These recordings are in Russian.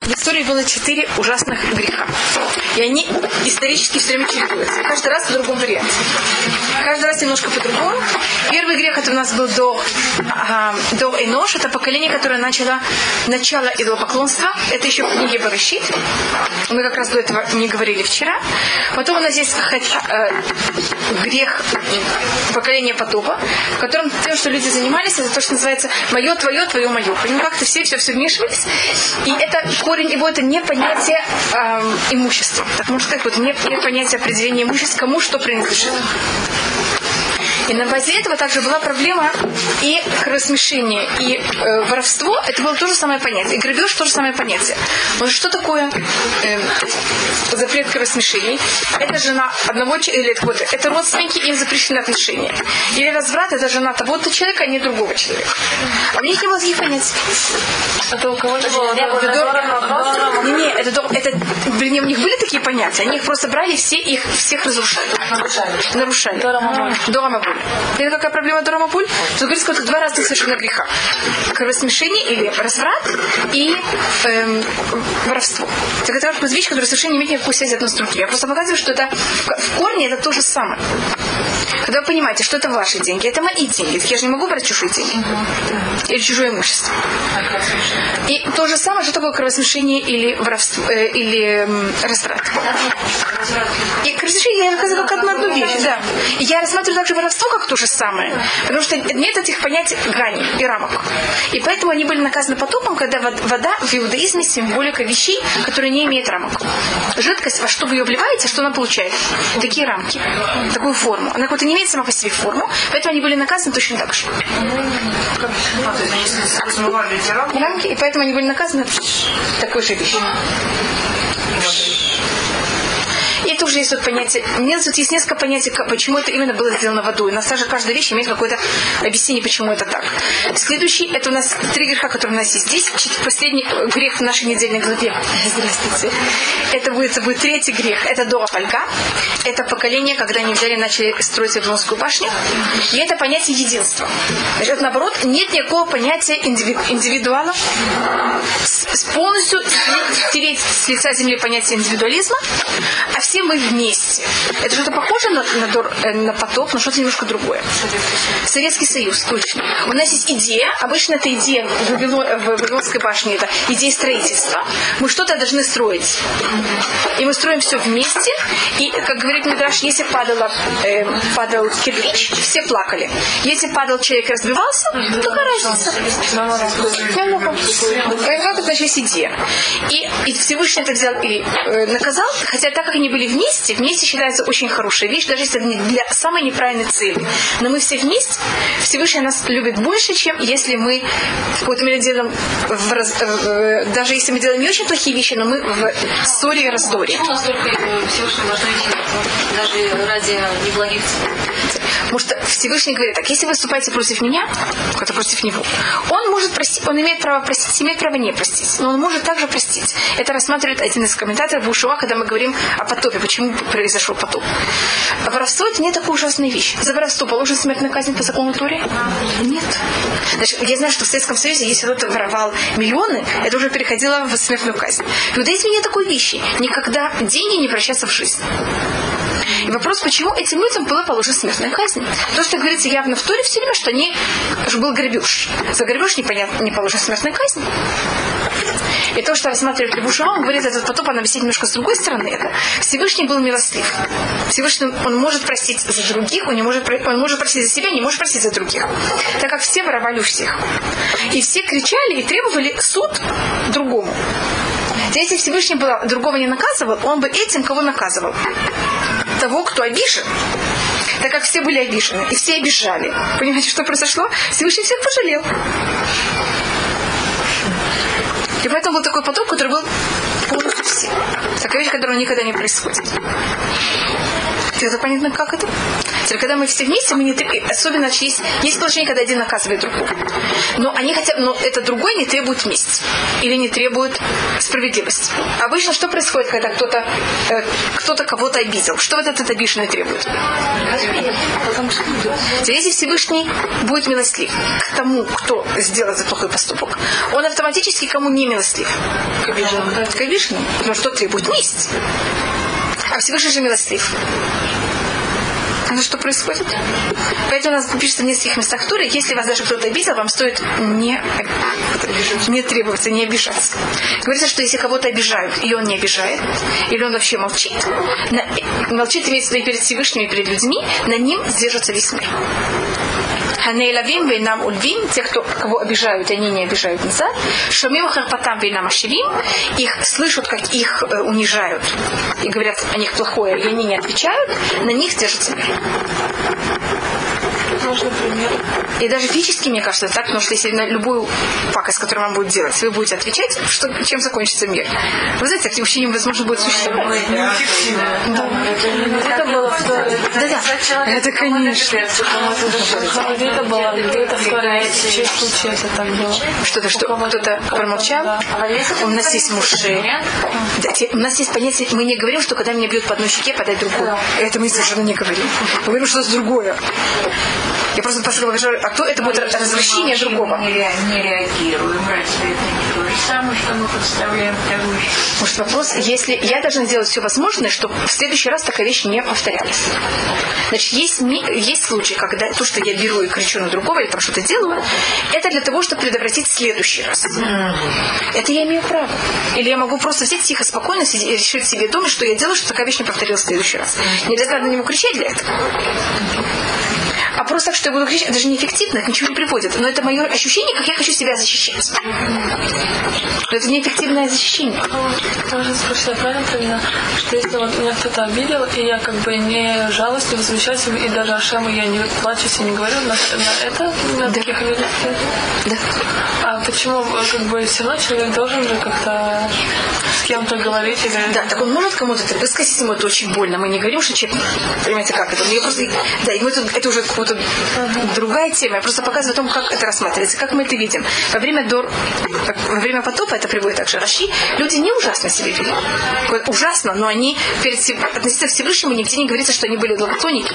В истории было 4 ужасных греха. И они исторически все время чередуются. Каждый раз в другом варианте. Каждый раз немножко по-другому. Первый грех это у нас был до Энош. Это поколение, которое начало начало идолопоклонства. Это еще в книге Берешит. Мы как раз до этого не говорили вчера. Потом у нас есть грех поколения потопа, в котором тем, что люди занимались, это то, что называется мое, твое, твое, мое. Понимаете, как-то все вмешивались. И это корень его, это не понятие имущества. Так можно сказать, вот не понятие определения имущества, кому что принадлежит. И на базе этого также была проблема и кровосмешение, и воровство. Это было то же самое понятие. И грабеж то же самое понятие. Но что такое запрет кровосмешений? Это жена одного человека, это родственники, им запрещены отношения. Или разврат, это жена того-то человека, а не другого человека. А у них не было таких понятий. Это у кого-то было? У них были такие понятия. Они их просто брали, всех разрушали. Нарушали. Дора Мабуль. Это какая проблема Дора Мабуль? Тут говорится, что 2 разных совершенно греха. Кровосмешение или разврат и воровство. Так это вещи, которые совершенно не имеют никакой связи одно с другим. Я просто показываю, что это в корне это то же самое. Когда вы понимаете, что это ваши деньги, это мои деньги. Я же не могу брать чужие деньги. Или чужое имущество. И то же самое, что такое кровосмешение или воровство, или разврат. И кровосмешение я наказываю как одну вещь. Да. И я рассматриваю также воровство как то же самое. Потому что нет этих понятий грани и рамок. И поэтому они были наказаны потопом, когда вода в иудаизме символика вещей, которые не имеют рамок. Жидкость, во что вы ее вливаете, что она получает? Такие рамки, такую форму. Она какой-то не имеет сама по себе форму, поэтому они были наказаны точно так же. Рамки, и поэтому они были наказаны такой же вещью. И это уже есть вот понятие. Тут есть несколько понятий, почему это именно было сделано водой. У нас также каждая вещь имеет какое-то объяснение, почему это так. Следующий, это у нас 3 греха, которые у нас есть здесь. Последний грех в нашей недельной главе. Здравствуйте. Это будет 3-й грех. Это Дора Фальга. Это поколение, когда они взяли и начали строить Вавилонскую башню. И это понятие единства. Значит, наоборот, нет никакого понятия индивидуала. Полностью стереть с лица земли понятие индивидуализма, а все мы вместе. Это что-то похоже на потоп, но что-то немножко другое. Советский Союз, точно. У нас есть идея, обычно эта идея в Вавилонской башне, это идея строительства. Мы что-то должны строить. И мы строим все вместе. И, как говорит Мидраш, если падал кирпич, все плакали. Если падал человек и разбивался, то какая разница? Как это есть идея. И Всевышний это взял и наказал, хотя так как они были вместе считается очень хорошая вещь, даже если это для самой неправильной цели. Но мы все вместе, Всевышний нас любит больше, чем если мы в какой-то мере делаем, даже если мы делаем не очень плохие вещи, но мы в ссоре и раздоре. Всевышний можно идти, даже ради неблагих целей. Потому что Всевышний говорит так, если вы выступаете против меня, это против него, он может простить, он имеет право простить, имеет право не простить, но он может также простить. Это рассматривает один из комментаторов Бушуа, когда мы говорим о потопе, почему произошел потоп. Воровство это не такая ужасная вещь. За воровство положена смертная казнь по закону Торы? Нет. Значит, я знаю, что в Советском Союзе, если кто-то воровал миллионы, это уже переходило в смертную казнь. В иудаизме нет такой вещи. Никогда деньги не прощаются в жизнь. И вопрос, почему этим людям была положена смертная казнь? То, что говорится явно в Торе все время, что был грабеж. За грабеж не положена смертная казнь. И то, что рассматривает Лебушева, он говорит, этот потоп, он объясняет немножко с другой стороны. Это Всевышний был милостлив. Всевышний, он может простить за других, он может простить за себя, не может простить за других. Так как все воровали у всех. И все кричали и требовали суд другому. Если Всевышний другого не наказывал, он бы этим кого наказывал? Того, кто обижен. Так как все были обижены, и все обижали. Понимаете, что произошло? Всевышний всех пожалел. И поэтому был такой потоп, который был полностью все. Такая вещь, которая никогда не происходит. Это понятно, как это? Теперь, когда мы все вместе, мы не особенно есть положение, когда один наказывает другого. Но это другой не требует мести. Или не требует справедливости. Обычно что происходит, когда кто-то кого-то обидел? Что вот этот обиженный требует? Теперь, если Всевышний будет милостлив к тому, кто сделал этот плохой поступок, он автоматически кому не милостлив? К обиженному. Но что требует месть? А Всевышний же милостлив. Ну что происходит? Поэтому у нас пишется в нескольких местах Торы, если вас даже кто-то обидел, вам стоит не требоваться, не обижаться. Говорится, что если кого-то обижают, и он не обижает, или он вообще молчит, имеется в виду перед Всевышним и перед людьми, на ним сдержится весь мир. Ханейлавим вейнам ульвим, те, кого обижают, и они не обижают назад. Шамим харпатам вейнам ашевим, их слышат, как их унижают, и говорят о них плохое, и они не отвечают, на них держится мир. Можно пример. И даже физически, мне кажется, так, потому что если на любую пакость, которую вам будет делать, вы будете отвечать, чем закончится мир. Вы знаете, таким вообще невозможно будет существовать. Это было в Торе. Да. Это, конечно. Это было где-то в Торе. В честь случая это так было. Что-то, что кто-то промолчал. Да. У нас есть мужи. У нас есть понятие, мы не говорим, что когда меня бьют по одной щеке, подать другую. Это мы совершенно не говорим. Мы говорим что-то другое. Я просто пошла, а кто это будет развращение другого? Не реагируем, разве это не то же самое, что мы подставляем вторую? Может, вопрос, если я должна сделать все возможное, чтобы в следующий раз такая вещь не повторялась. Значит, есть случаи, когда то, что я беру и кричу на другого, или там что-то делаю, это для того, чтобы предотвратить следующий раз. Это я имею право. Или я могу просто взять тихо, спокойно решить себе дома, что я делаю, чтобы такая вещь не повторилась в следующий раз. Нельзя на него кричать для этого. А просто так, что я буду кричать, это же неэффективно, это ничего не приводит. Но это мое ощущение, как я хочу себя защищать. Но это неэффективное защищение. Можно спросить, правильно поняла, что если вот меня кто-то обидел, и я как бы не жалуюсь, не возмущаюсь, и даже Ашему я не плачусь и не говорю на это, на таких людей. Да. А почему как бы все равно человек должен же как-то с кем-то говорить? Или... Да, так он может кому-то высказать, ему это очень больно. Мы не говорим, что человек, понимаете, как это. Да, и мы тут, это уже какая-то другая тема. Я просто показываю о том, как это рассматривается, как мы это видим. Во время потопа, это приводит также Раши, люди не ужасно себя вели. Ужасно, но они относительно к Всевышнему нигде не говорится, что они были идолопоклонники.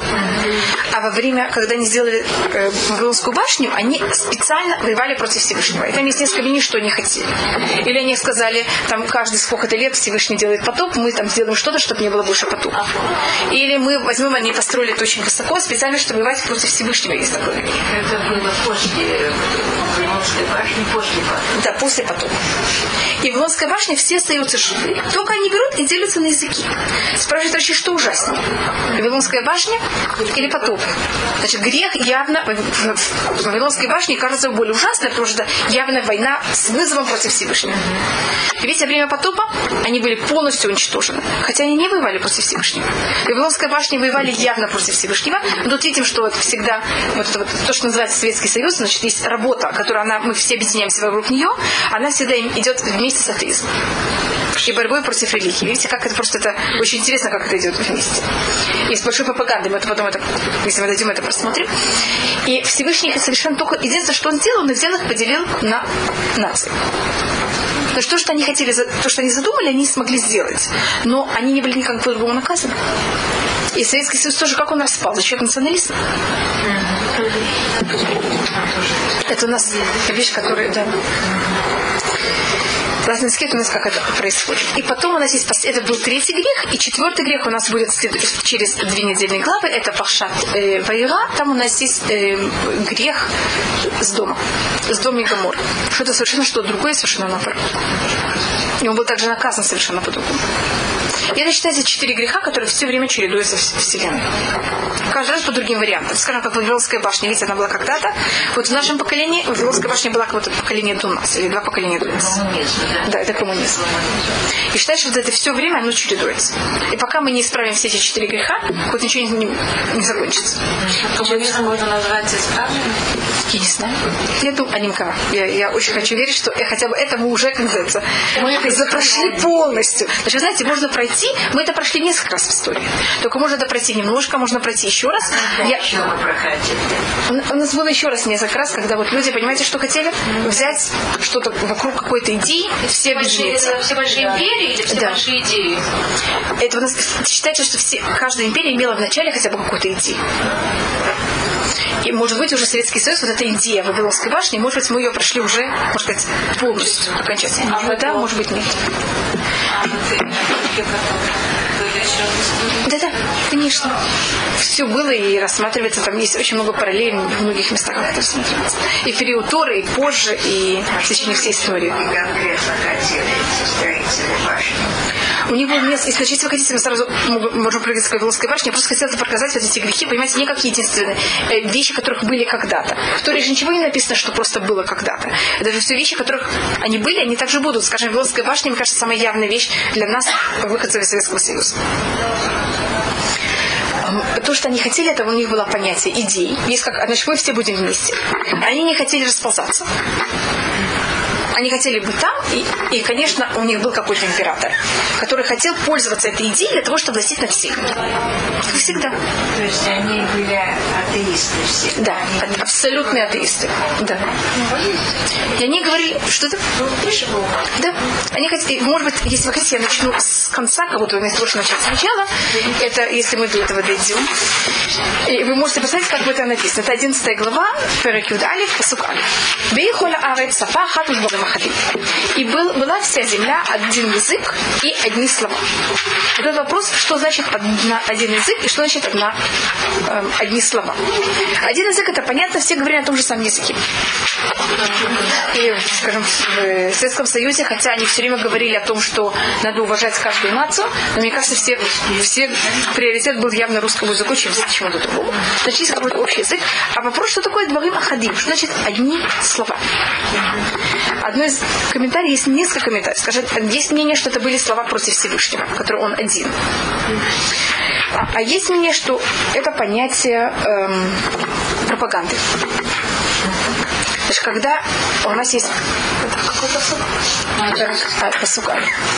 А во время, когда они сделали Вавилонскую башню, они специально воевали против Всевышнего. И там есть несколько мнений, что они хотели. Или они сказали, там каждые сколько-то лет Всевышний делает потоп, мы там сделаем что-то, чтобы не было больше потопа. Или мы возьмем, они построили это очень высоко, специально, чтобы воевать против Всевышнего. Есть такое. Это было после Вавилонской башни, после потопа. Да, после потопа. И в Вавилонской башне все остаются живы. Только они берут и делятся на языки. Спрашивают вообще, что ужаснее? Вавилонская башня или потоп? Значит, грех явно в Вавилонской башне кажется более ужасным, потому что явно война с вызовом против Всевышнего. И ведь во время потопа они были полностью уничтожены. Хотя они не воевали против Всевышнего. В Вавилонской башне воевали явно против Всевышнего. Но тут видим, что это всегда то, что называется Советский Союз, значит, есть работа, которую мы все объединяемся вокруг нее, она всегда идет вместе с атеизмом. И борьбой против религии. Видите, как это просто очень интересно, как это идет вместе. И с большой пропагандой. Мы это потом, если мы дойдем, это просмотрим. И Всевышний их совершенно только... Единственное, что он сделал, он взял их, поделил на нации. То есть то, что они хотели, то, что они задумали, они смогли сделать. Но они не были никак по-другому наказаны. И Советский Союз тоже, как он распал? За счет национализма. Это у нас вещь, которая... Да. Разный скет у нас как это происходит. И потом у нас есть... Это был третий грех. И четвертый грех у нас будет через 2 недельные главы. Это Паршат Ваира. Там у нас есть грех с дома. С домом и Гомор. Что-то совершенно что-то другое, совершенно наоборот. И он был также наказан совершенно по-другому. И это считается 4 греха, которые все время чередуются в Вселенной. Каждый раз по другим вариантам. Скажем, как Вавилонская башня. Видите, она была когда-то. Вот в нашем поколении Вавилонская башня была как-то поколение до нас. Или 2 поколения до нас. Да, это коммунизм. И считается, что это все время оно чередуется. И пока мы не исправим все эти 4 греха, хоть ничего не закончится. Коммунизм можно назвать исправленным? Я не знаю. Я думаю, Анимка, я очень хочу верить, что хотя бы это мы уже, как говорится, мы Запрошли полностью. Значит, вы знаете, можно пройти, мы это прошли несколько раз в истории. Только можно это пройти немножко, можно пройти еще раз. У нас было еще раз несколько раз, когда вот люди, понимаете, что хотели? Взять что-то вокруг какой-то идеи, все объединиться. Все большие империи или все большие идеи? Это у нас считается, что каждая империя имела в начале хотя бы какую-то идею. И, может быть, уже Советский Союз, вот эта идея Вавилонской башни, может быть, мы ее прошли уже, можно сказать, полностью, окончательно. Да, может быть, нет. Да, конечно. Все было и рассматривается. Там есть очень много параллелей в многих местах, это рассматривается. И в период Торы, и позже, и в течение всей истории. У них был место, если вы хотите, мы сразу можем прыгать к Вавилонской башне. Я просто хотела показать вот эти грехи, понимаете, не как единственные вещи, которых были когда-то. В Торе же ничего не написано, что просто было когда-то. Это же все вещи, которых они были, они также будут. Скажем, Вавилонская башня, мне кажется, самая явная вещь для нас, выходцев из Советского Союза. То, что они хотели, это у них было понятие идей. Есть как, значит, мы все будем вместе. Они не хотели расползаться. Они хотели быть там, и, конечно, у них был какой-то император, который хотел пользоваться этой идеей для того, чтобы властить над всеми. Как всегда. То есть они были атеисты все? Да, абсолютные атеисты. Да. И они говорили, что это? Да. Они хотели, может быть, если вы хотите, я начну с конца, как будто вместо того, что начать сначала. Это, если мы до этого дойдем. И вы можете посмотреть, как бы это написано. Это 11 глава, Перек Юд Алеф, Пасук Алеф. Бейхоля арет сафа хат ужборы махадим. И была вся земля один язык и одни слова. Вот этот вопрос, что значит один язык и что значит одни слова. Один язык, это понятно, все говорят на том же самом языке. И, скажем, в Советском Союзе, хотя они все время говорили о том, что надо уважать каждую нацию, но мне кажется, все приоритет был явно русскому языку, чем чему-то другому. Значит, есть какой-то общий язык. А вопрос, что такое дварим ахадим? Что значит одни слова? Одно из комментариев, есть несколько комментариев. Скажет, есть мнение, что это были слова против Всевышнего, которые он один. А есть мнение, что это понятие пропаганды. Значит, когда у нас есть... Какой посук?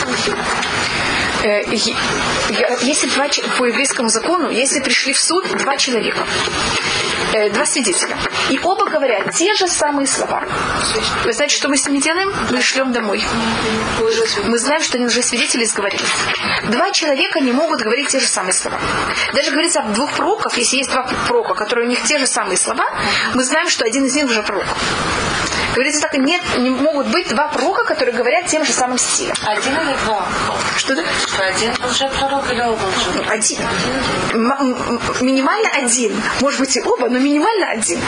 Если по еврейскому закону, если пришли в суд два человека, два свидетеля, и оба говорят те же самые слова, вы знаете, что мы с ними делаем? Мы шлем домой. Мы знаем, что они уже свидетели сговорились. Два человека не могут говорить те же самые слова. Даже говорится об двух пророков, если есть два пророка, которые у них те же самые слова, мы знаем, что один из них уже пророк. Говорится так, не могут быть два пророка, которые говорят тем же самым стилем. Один или два? Что да? Один уже пророк или оба уже? Один. Минимально один. Может быть и оба, но минимально один.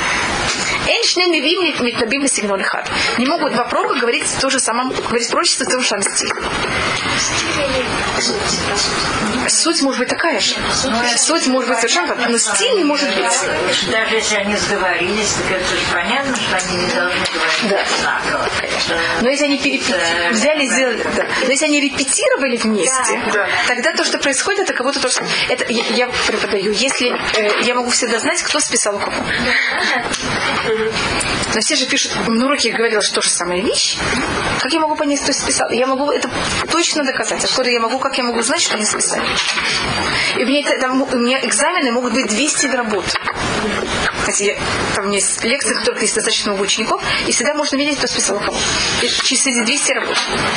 Не могут два пророка говорить то же самое, говорить пророчество в том же самом стиле. Суть может быть такая же. Суть может быть совершенно, но стиль не может быть. Даже если они сговорились, так это же понятно, что они не должны говорить. Да, конечно. Но если они взяли и сделали, да. Но если они репетировали вместе, да, тогда то, что происходит, это как будто то, что... Это я преподаю. Если я могу всегда знать, кто списал кого. Но все же пишут, на уроке я говорила, что то же самая вещь. Как я могу понять, кто списал? Я могу это точно доказать. Откуда я могу, как я могу знать, что они списали? И у меня экзамены могут быть 200 работ. Там у меня есть лекции, в которых есть достаточно много учеников, и всегда можно видеть, кто списал кого. И через эти 200 работ.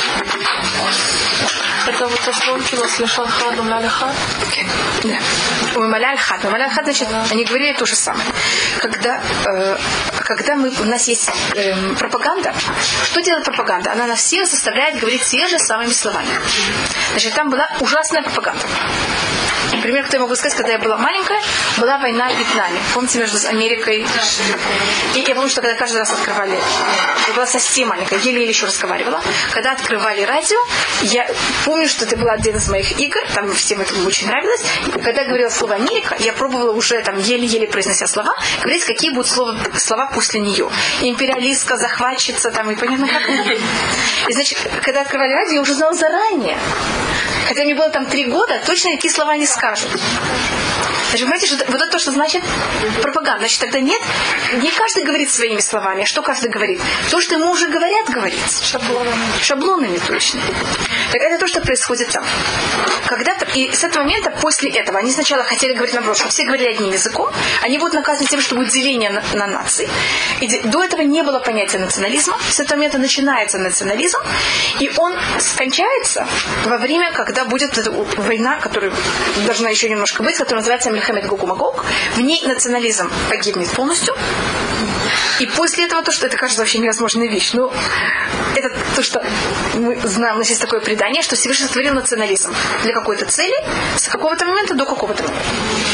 Это вот ослончилось лишон хад, умаля хад? Да. Умаля хад. Умаля хад, значит, они говорили то же самое. Когда у нас есть пропаганда, что делает пропаганда? Она нас всех заставляет говорить те же самыми словами. Значит, там была ужасная пропаганда. Например, кто я могу сказать, когда я была маленькая, была война в Вьетнаме. Помните, между Америкой и я помню, что когда каждый раз открывали, я была совсем маленькая, еле-еле еще разговаривала. Когда открывали радио, я помню, что это был один из моих игр, там всем это очень нравилось. И когда я говорила слово Америка, я пробовала уже там еле-еле произнося слова, говорить, какие будут слова после нее. Империалистка, захватчица, там, и понятно как. И значит, когда открывали радио, я уже знала заранее. Хотя мне было там 3 года, точно какие слова не скажут. Значит, вы понимаете, что вот это то, что значит пропаганда. Значит, тогда нет, не каждый говорит своими словами. А что каждый говорит? То, что ему уже говорят, говорится. Шаблонами точно. Так это то, что происходит там. Когда-то, и с этого момента, после этого, они сначала хотели говорить наоборот, чтобы все говорили одним языком, они будут наказаны тем, что будет деление на нации. И до этого не было понятия национализма. С этого момента начинается национализм, и он скончается во время, когда будет эта война, которая должна еще немножко быть, которая называется Мильхамет Гог уМагог. В ней национализм погибнет полностью. И после этого то, что это кажется вообще невозможная вещь, но это то, что мы знаем, у нас есть такое предание, что Всевышний сотворил национализм для какой-то цели с какого-то момента до какого-то момента.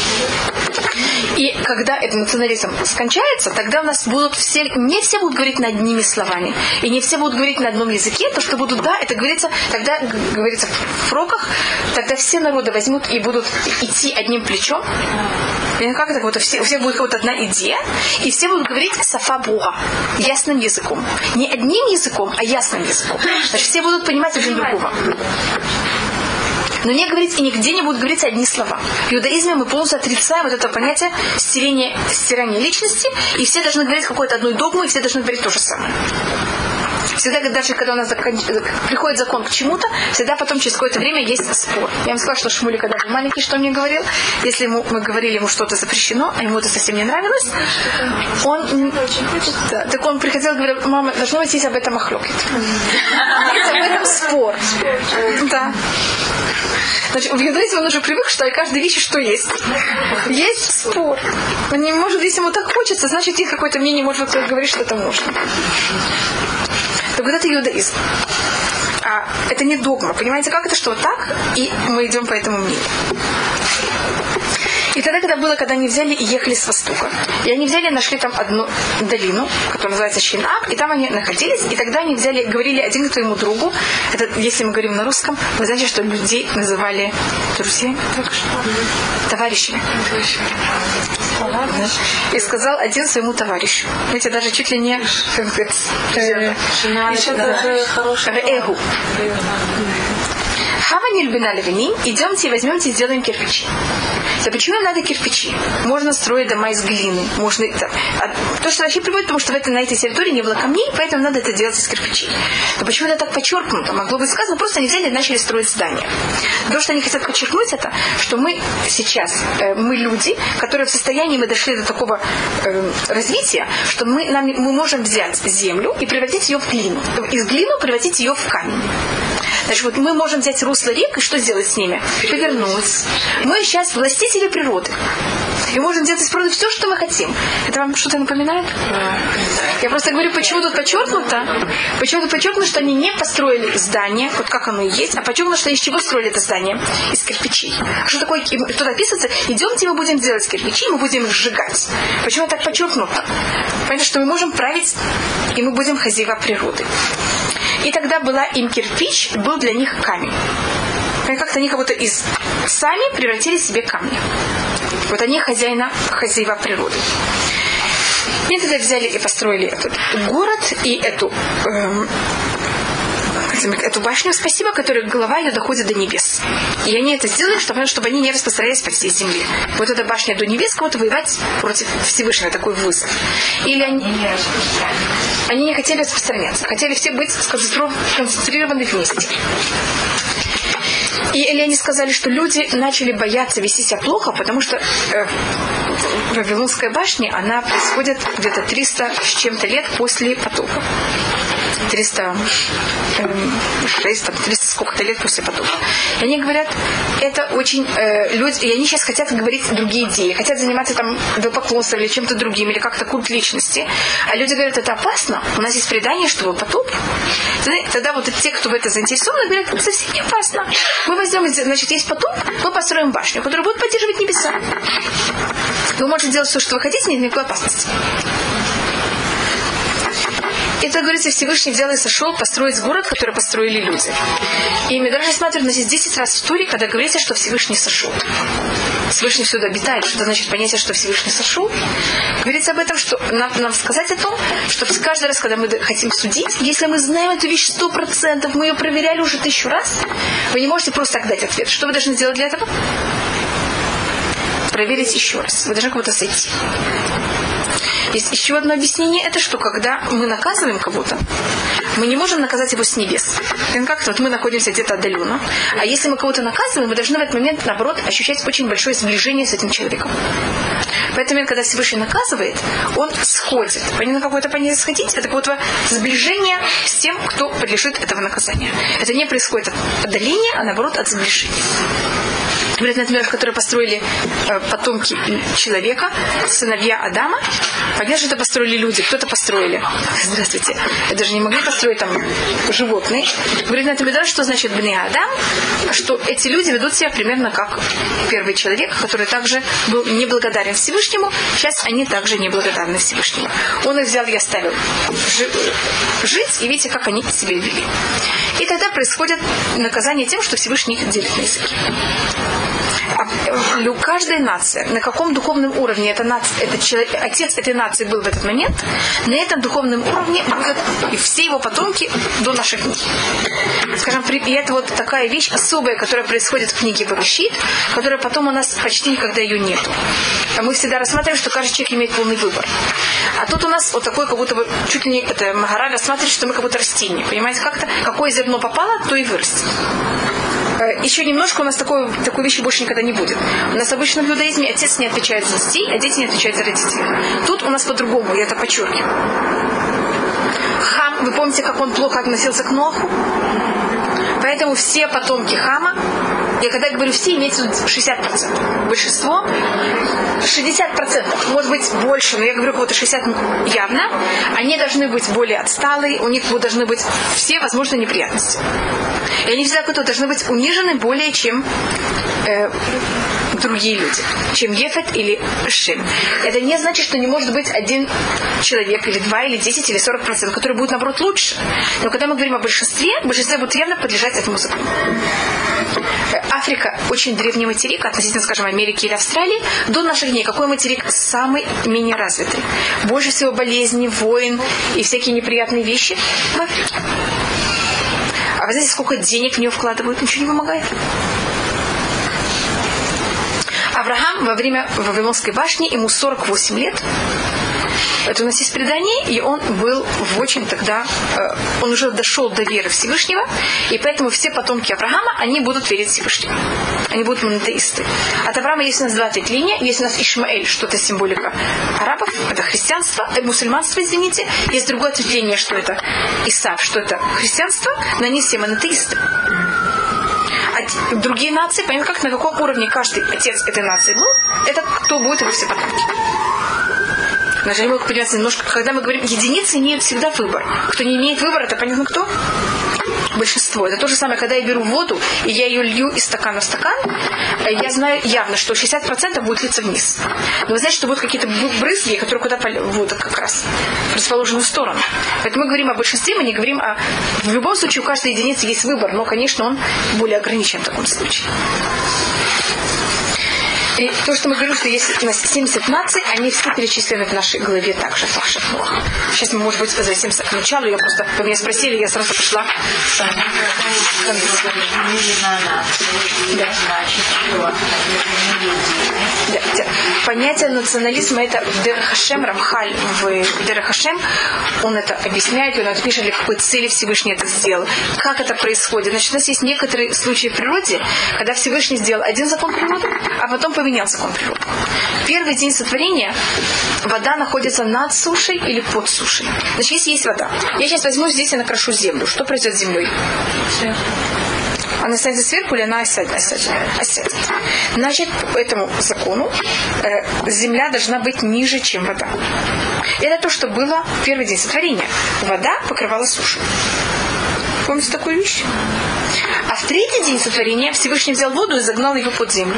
И когда этот национализм скончается, тогда у нас будут все, не все будут говорить на одними словами, и не все будут говорить на одном языке, то, что будут, да, это говорится, тогда говорится в пророках, тогда все народы возьмут и будут идти одним плечом. И как это, вот, у всех будет вот одна идея, и все будут говорить сафа Бога, ясным языком. Не одним языком, а ясным языком. Значит, все будут понимать один другого. Но не говорить и нигде не будут говорить одни слова. В иудаизме мы полностью отрицаем вот это понятие стирания личности, и все должны говорить какую-то одну догму, и все должны говорить то же самое. Всегда, даже когда у нас приходит закон к чему-то, всегда потом через какое-то время есть спор. Я вам сказала, что Шмули, когда был маленький, что мне говорил, если мы говорили ему что-то запрещено, а ему это совсем не нравилось, так он приходил и говорил: мама, должно быть есть об этом махлокет. Об этом спор. Да. Значит, в иудаизме он уже привык, что каждая вещь что есть. Есть спор. Он не может, если ему так хочется, значит, есть какое-то мнение, может, кто-то говорит, что это можно. Так вот это иудаизм. А это не догма. Понимаете, как это, что вот так, и мы идем по этому мнению. И тогда, когда они взяли и ехали с востока. И они взяли, нашли там одну долину, которая называется Шинак, и там они находились, и тогда они взяли, говорили один к своему другу. Это, если мы говорим на русском, вы знаете, что людей называли друзьями, товарищами. И сказал один своему товарищу. Знаете, даже чуть ли не Эгу. Хаваниль беналевиним, идемте и возьмемте и сделаем кирпичи. Да почему им надо кирпичи? Можно строить дома из глины. Можно это. То, что вообще приводит, потому что на этой территории не было камней, поэтому надо это делать из кирпичей. Но почему это так подчеркнуто? Могло быть сказано, просто они взяли и начали строить здания. То, что они хотят подчеркнуть, это, что мы сейчас, мы люди, которые в состоянии, мы дошли до такого развития, что мы можем взять землю и превратить ее в глину. Из глины превратить ее в камень. Значит, вот мы можем взять русло рек и что сделать с ними? Повернуть. Мы сейчас властители природы. И можем делать из природы все, что мы хотим. Это вам что-то напоминает? Я просто говорю, почему тут подчеркнуто? Почему тут подчеркнуто, что они не построили здание, вот как оно и есть, а подчеркнуто, что из чего строили это здание? Из кирпичей. Что такое? Тут описывается, идемте, мы будем делать кирпичи, мы будем их сжигать. Почему так подчеркнуто? Понятно, что мы можем править, и мы будем хозяева природы. И тогда была им кирпич, был для них камень. Как-то они как будто сами превратили себе камни. Вот они хозяева природы. И тогда взяли и построили этот город и эту башню, спасибо, которая голова ее доходит до небес. И они это сделали, чтобы они не распространялись по всей земле. Вот эта башня до небес, кого-то воевать против Всевышнего, такой вызов. Или они не хотели распространяться, хотели все быть сконцентрированы вместе. Или они сказали, что люди начали бояться вести себя плохо, потому что Вавилонская башня, она происходит где-то 300 с чем-то лет после потопа. 300 сколько-то лет после потопа. И они говорят, это очень люди, и они сейчас хотят говорить другие идеи, хотят заниматься там идолопоклонством или чем-то другим, или как-то культ личности. А люди говорят, это опасно. У нас есть предание, что был потоп. Тогда вот те, кто в это заинтересованы, говорят, это совсем не опасно. Мы возьмем, значит, есть потоп, мы построим башню, которая будет поддерживать небеса. Вы можете делать все, что вы хотите, нет никакой опасности. Это, говорится, Всевышний взял и сошел построить город, который построили люди. И Мидраш рассматривает, у нас есть 10 раз в Торе, когда говорится, что Всевышний сошел. Всевышний всюду обитает. Что значит понятие, что Всевышний сошел? Говорится об этом, что нам сказать о том, что каждый раз, когда мы хотим судить, если мы знаем эту вещь 100%, мы ее проверяли уже 1000 раз, вы не можете просто так дать ответ. Что вы должны сделать для этого? проверить еще раз. Вы должны кого-то сойти. Есть еще одно объяснение, это что когда мы наказываем кого-то, мы не можем наказать его с небес. Как-то вот мы находимся где-то отдаленно. А если мы кого-то наказываем, мы должны в этот момент, наоборот, ощущать очень большое сближение с этим человеком. Поэтому, когда Всевышний наказывает, он сходит. Понятно, какое-то понятие сходить? Это какое-то сближение с тем, кто подлежит этого наказания. Это не происходит от отдаления, а наоборот от сближения. Например, которые построили потомки человека, сыновья Адама. Понятно, что это построили люди. Кто-то построили. Здравствуйте. Даже не могли построить там животные. Говорит на этом, что значит Бней Адам? Что эти люди ведут себя примерно как первый человек, который также был неблагодарен Всевышнему. Сейчас они также неблагодарны Всевышнему. Он их взял и оставил жить. И видите, как они себя вели. И тогда происходит наказание тем, что Всевышний их делит на языки. Каждая нация, на каком духовном уровне отец этой нации был в этот момент, на этом духовном уровне будут и все его потомки до наших дней. Скажем, и это вот такая вещь особая, которая происходит в книге Берешит, которая потом у нас почти никогда ее нету. А мы всегда рассматриваем, что каждый человек имеет полный выбор. А тут у нас вот такой, как будто бы, чуть ли не это Магараль рассматривает, что мы как будто растение. Понимаете, как-то, какое зерно попало, то и вырастет. Еще немножко у нас такой вещи больше никогда не будет. У нас обычно в иудаизме отец не отвечает за детей, а дети не отвечают за родителей. Тут у нас по-другому, я это подчеркиваю. Хам, вы помните, как он плохо относился к Ноху? Поэтому все потомки Хама, я когда говорю все, имеется 60%. Большинство 60%, может быть больше, но я говорю кого-то 60% явно. Они должны быть более отсталые, у них должны быть все возможные неприятности. И они всегда должны быть унижены более, чем другие люди, чем Ефет или Шем. Это не значит, что не может быть один человек, или 2, или 10, или 40%, который будет, наоборот, лучше. Но когда мы говорим о большинстве будет явно подлежать этому закону. Африка очень древний материк, относительно, скажем, Америки или Австралии. До наших дней какой материк самый менее развитый? Больше всего болезней, войн и всякие неприятные вещи в Африке. А вы знаете, сколько денег в нее вкладывают? Ничего не помогает. Авраам во время Вавилонской башни, ему 48 лет. Это у нас есть предание, и он был в очень тогда, он уже дошел до веры Всевышнего, и поэтому все потомки Авраама, они будут верить Всевышнему. Они будут монотеисты. От Авраама есть у нас 2 ответвления. Есть у нас Ишмаэль, что это символика арабов, это христианство, мусульманство, извините. Есть другое ответвление, что это Исав, что это христианство, но они все монотеисты. А другие нации, понятно, как на каком уровне каждый отец этой нации был, это кто будет его все потомки. На жаль, могу понимать немножко, когда мы говорим, единицы имеют всегда выбор. Кто не имеет выбора, это понятно кто? Большинство. Это то же самое, когда я беру воду, и я ее лью из стакана в стакан, я знаю явно, что 60% будет литься вниз. Но вы знаете, что будут какие-то брызги, которые куда вот как раз в расположенную сторону. Поэтому мы говорим о большинстве, мы не говорим о... В любом случае, у каждой единицы есть выбор, но, конечно, он более ограничен в таком случае. И то, что мы говорим, что есть у нас 70 наций, они все перечислены в нашей главе также. Сейчас мы, может быть, возвратимся к началу. Я просто, вы меня спросили, я сразу пошла. Да. Понятие национализма это в Дерех Хашем, Рамхаль в Дерех Хашем, он это объясняет, он это пишет, для какой цели Всевышний это сделал. Как это происходит? Значит, у нас есть некоторые случаи в природе, когда Всевышний сделал один закон природы, а потом поменял закон природы. Первый день сотворения вода находится над сушей или под сушей. Значит, если есть вода, я сейчас возьму здесь и накрашу землю. Что произойдет с землей? Она останется сверху или она осядет? Значит, по этому закону земля должна быть ниже, чем вода. Это то, что было в первый день сотворения. Вода покрывала сушу. Помните такую вещь? А в третий день сотворения Всевышний взял воду и загнал ее под землю.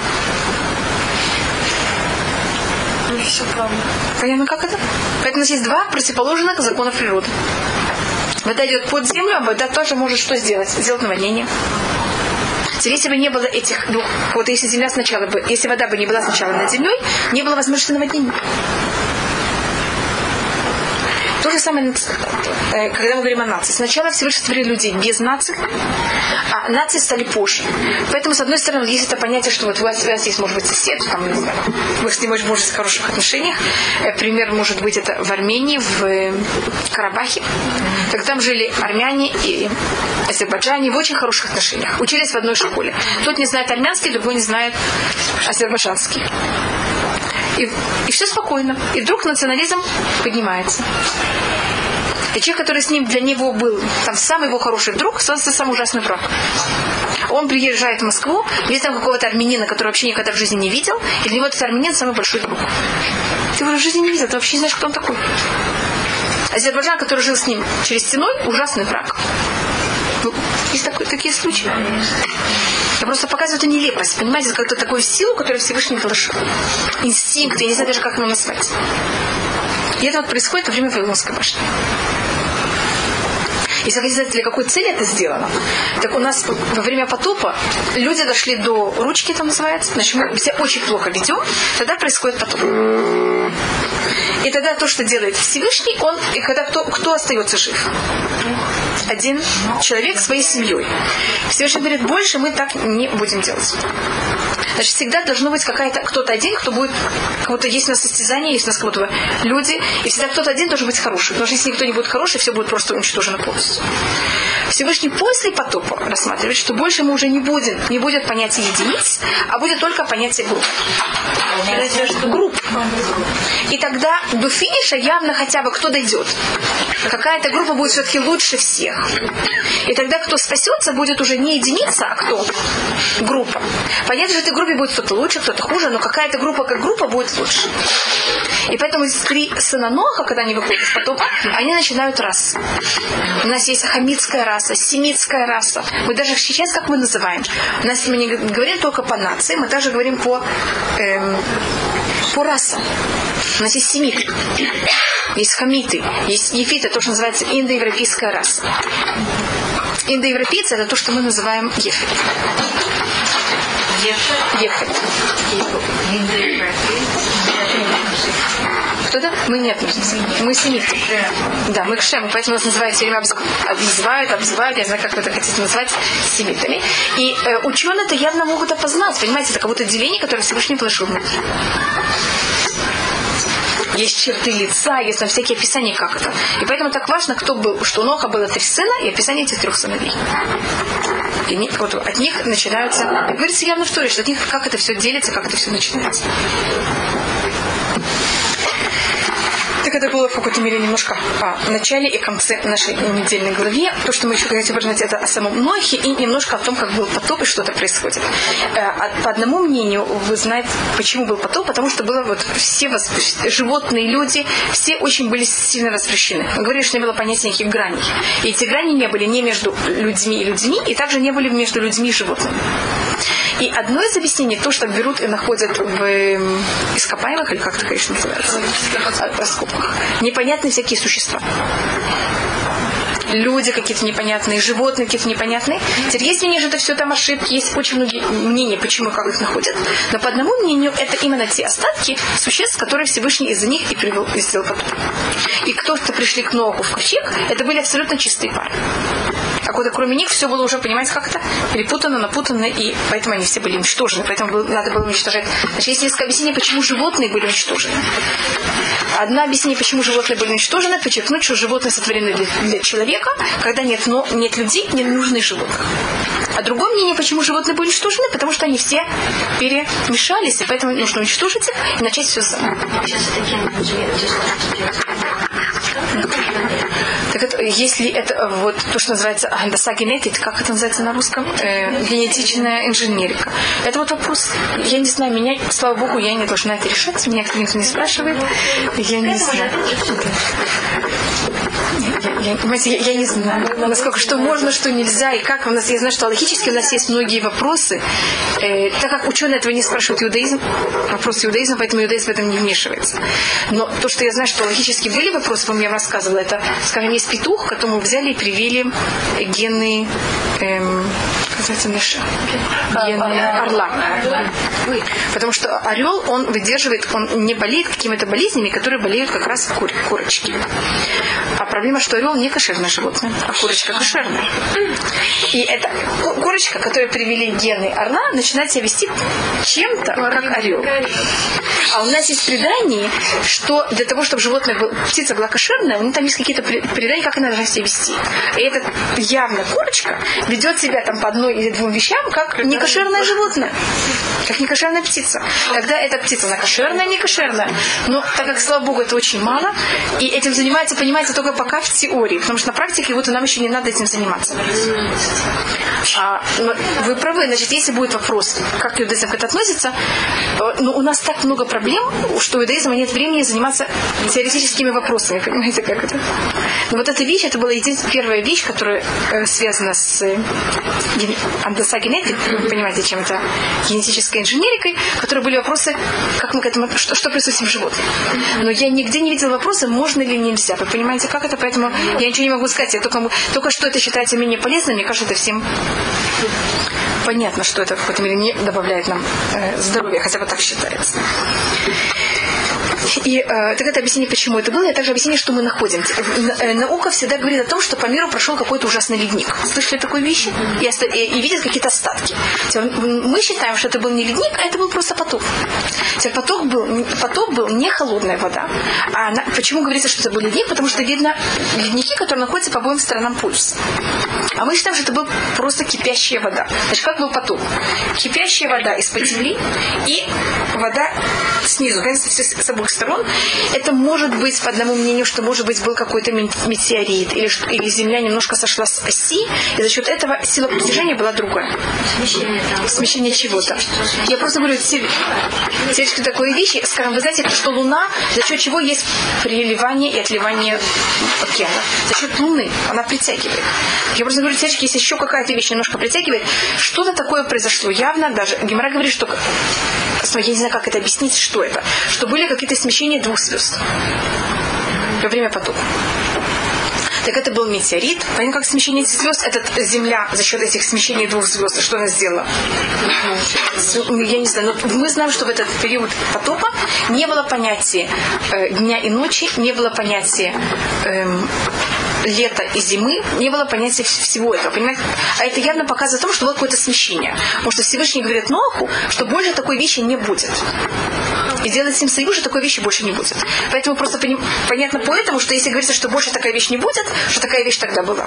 Все правда. Понятно, как это? Поэтому у нас есть 2 противоположных закона природы. Вода идет под землю, а вода тоже может что сделать? Сделать наводнение. Если бы не было этих двух, вот если земля сначала бы, если вода бы не была сначала над землей, не было возможности наводнения. То же самое, когда мы говорим о нации. Сначала Всевышний створил людей без наций, а нации стали позже. Поэтому, с одной стороны, есть это понятие, что вот у вас есть, может быть, сосед, там, не знаю, вы с ним можете быть в хороших отношениях. Пример может быть это в Армении, в Карабахе. Так там жили армяне и азербайджане в очень хороших отношениях. Учились в одной школе. Тот не знает армянский, другой не знает азербайджанский. И все спокойно. И вдруг национализм поднимается. И человек, который с ним для него был там самый его хороший друг, становится самый ужасный враг. Он приезжает в Москву, видит там какого-то армянина, который вообще никогда в жизни не видел, и для него этот армянин самый большой друг. Ты его в жизни не видел, ты вообще не знаешь, кто он такой. Азербайджан, который жил с ним через стеной, ужасный враг. Есть такие случаи. Я просто показываю эту нелепость. Понимаете, это как-то такую силу, которую Всевышний положил. Инстинкт, я не знаю даже, как его назвать. И это вот происходит во время Вавилонской башни. Если вы хотите знать, для какой цели это сделано, так у нас во время потопа люди дошли до ручки, там называется, значит, мы себя очень плохо ведем, тогда происходит потоп. И тогда то, что делает Всевышний, он, и когда кто остается жив? Один человек своей семьей. Всевышний говорит, больше мы так не будем делать. Значит, всегда должно быть кто-то один, кто будет, кого-то есть у нас состязание, есть у нас кого-то люди, и всегда кто-то один должен быть хороший. Потому что если никто не будет хороший, все будет просто уничтожено полностью. Всевышний после потопа рассматривает, что больше мы уже не будет понятия единиц, а будет только понятие групп. Групп. И тогда до финиша явно хотя бы кто дойдет. Какая-то группа будет все-таки лучше всех. И тогда кто спасется, будет уже не единица, а кто? Группа. Понятно, что в этой группе будет кто-то лучше, кто-то хуже, но какая-то группа как группа будет лучше. И поэтому здесь 3 сына Ноха, когда они выходят из потопа, они начинают расы. У нас есть хамитская раса, семитская раса. Мы даже сейчас, как мы называем? У нас мы не говорим только по нации, мы также говорим по расам. У нас есть семиты, есть хамиты, есть ефиты, то, что называется индоевропейская раса. Индоевропейцы — это то, что мы называем ефет. Ефет. Кто-то? Мы не относимся. Мы семиты. Да, мы к Шему, поэтому нас называют все время обзывают, я знаю, как вы это хотите назвать, семитами. И ученые это явно могут опознать, понимаете, это какое-то деление, которое Всевышний положил внутри. Есть черты лица, есть там всякие описания, как это. И поэтому так важно, кто был, что у Ноха было 3 сына и описание этих 3 сыновей. И вот от них начинаются... Говорится явно в Торе, что от них как это все делится, как это все начинается. Так это было в какой-то мере немножко о начале и конце нашей недельной главе. То, что мы еще хотим познать, это о самом Нохе и немножко о том, как был потоп и что-то происходит. По одному мнению, вы знаете, почему был потоп, потому что было вот все животные, люди, все очень были сильно развращены. Мы говорили, что не было понятия никаких граней. И эти грани не были не между людьми и людьми, и также не были между людьми и животными. И одно из объяснений, то, что берут и находят в ископаемых, или как это, конечно, называется, раскопках, непонятные всякие существа. Люди какие-то непонятные, животные какие-то непонятные. Теперь есть мнение, что это все там ошибки, есть очень многие мнения, почему и как их находят. Но по одному мнению, это именно те остатки существ, которые Всевышний из-за них и привел, и сделал потоп. И кто-то пришли к Ноху в ковчег, это были абсолютно чистые пары. А куда кроме них все было уже, понимаете, как-то перепутано, напутано, и поэтому они все были уничтожены. Поэтому надо было уничтожать. Значит, есть несколько объяснений, почему животные были уничтожены. Одно объяснение, почему животные были уничтожены, подчеркнуть, что животные сотворены для человека, когда нет людей, не нужны животных. А другое мнение, почему животные были уничтожены, потому что они все перемешались, и поэтому нужно уничтожить их и начать все заново. Так это, если это вот то, что называется андаса генетик, как это называется на русском? Генетичная инженерика. Это вот вопрос, я не знаю, меня, слава Богу, я не должна это решать, меня никто не спрашивает, я не знаю. Я не знаю, насколько что можно, что нельзя, и как у нас, я знаю, что логически у нас есть многие вопросы, так как ученые этого не спрашивают вопрос иудаизма, поэтому иудаизм в этом не вмешивается. Но то, что я знаю, что логически были вопросы, по-моему, я вам рассказывала, это, скажем, есть петух, которому взяли и привили гены, как называется Неша? Орла. Потому что орел, он выдерживает, он не болеет какими-то болезнями, которые болеют как раз курочки. А проблема, что орел не кошерное животное, а курочка кошерная. И эта курочка, которой привели гены орла, начинает себя вести чем-то, как орел. А у нас есть предание, что для того, чтобы птица была кошерная, у нее там есть какие-то предания, как она должна себя вести. И эта явно курочка ведет себя там по одной или двум вещам, как некошерное животное. Как некошерная птица. Тогда эта птица, она кошерная, не кошерная. Но так как, слава Богу, это очень мало, и этим занимается, понимаете, только пока в теории. Потому что на практике вот нам еще не надо этим заниматься. Вы правы, значит, если будет вопрос, как иудаизм к этому относится, но у нас так много проблем, что у иудаизма нет времени заниматься теоретическими вопросами. Понимаете, как это? Но вот эта вещь, это была первая вещь, которая связана с андосагенетик, вы понимаете, чем это, генетической инженерикой, которые были вопросы, как мы к этому, что происходит с животным. Но я нигде не видела вопроса, можно или нельзя. Вы понимаете, как это? Поэтому я ничего не могу сказать. Я только что это считается менее полезным, мне кажется, это всем понятно, что это в какой-то мере не добавляет нам здоровья, хотя бы так считается. И так это объяснение, почему это было, и также объяснение, что мы находимся. Наука всегда говорит о том, что по миру прошел какой-то ужасный ледник. Слышали такую вещь? И видят какие-то остатки. Мы считаем, что это был не ледник, а это был просто потоп. Потоп был не холодная вода. Почему говорится, что это был ледник? Потому что видно ледники, которые находятся по обоим сторонам полюса. А мы считаем, что это была просто кипящая вода. Значит, как был потоп? Кипящая вода из-под земли и вода снизу, с обоих сторон. Это может быть, по одному мнению, что может быть был какой-то метеорит, или земля немножко сошла с оси, и за счет этого сила притяжения была другая. Смещение чего-то. Я просто говорю, теоретически такой вещи, скажем, вы знаете, что Луна, за счет чего есть приливание и отливание океана? За счет Луны. Она притягивает. Я просто говорю, теоретически, если еще какая-то вещь немножко притягивает, что-то такое произошло. Явно даже Гемара говорит, что я не знаю, как это объяснить, что это. Что были какие-то смещения двух звезд во время потопа. Так это был метеорит. Понятно, как смещение этих звезд? Это Земля за счет этих смещений двух звезд. Что она сделала? Я не знаю. Но мы знаем, что в этот период потопа не было понятия дня и ночи, не было понятия лета и зимы, не было понятия всего этого. Понимаете? А это явно показывает о том, что было какое-то смещение. Потому что Всевышний говорит Ноаху, что больше такой вещи не будет. И делать с ним союз, что такой вещи больше не будет. Поэтому просто понятно поэтому, что если говорится, что больше такая вещь не будет, что такая вещь тогда была.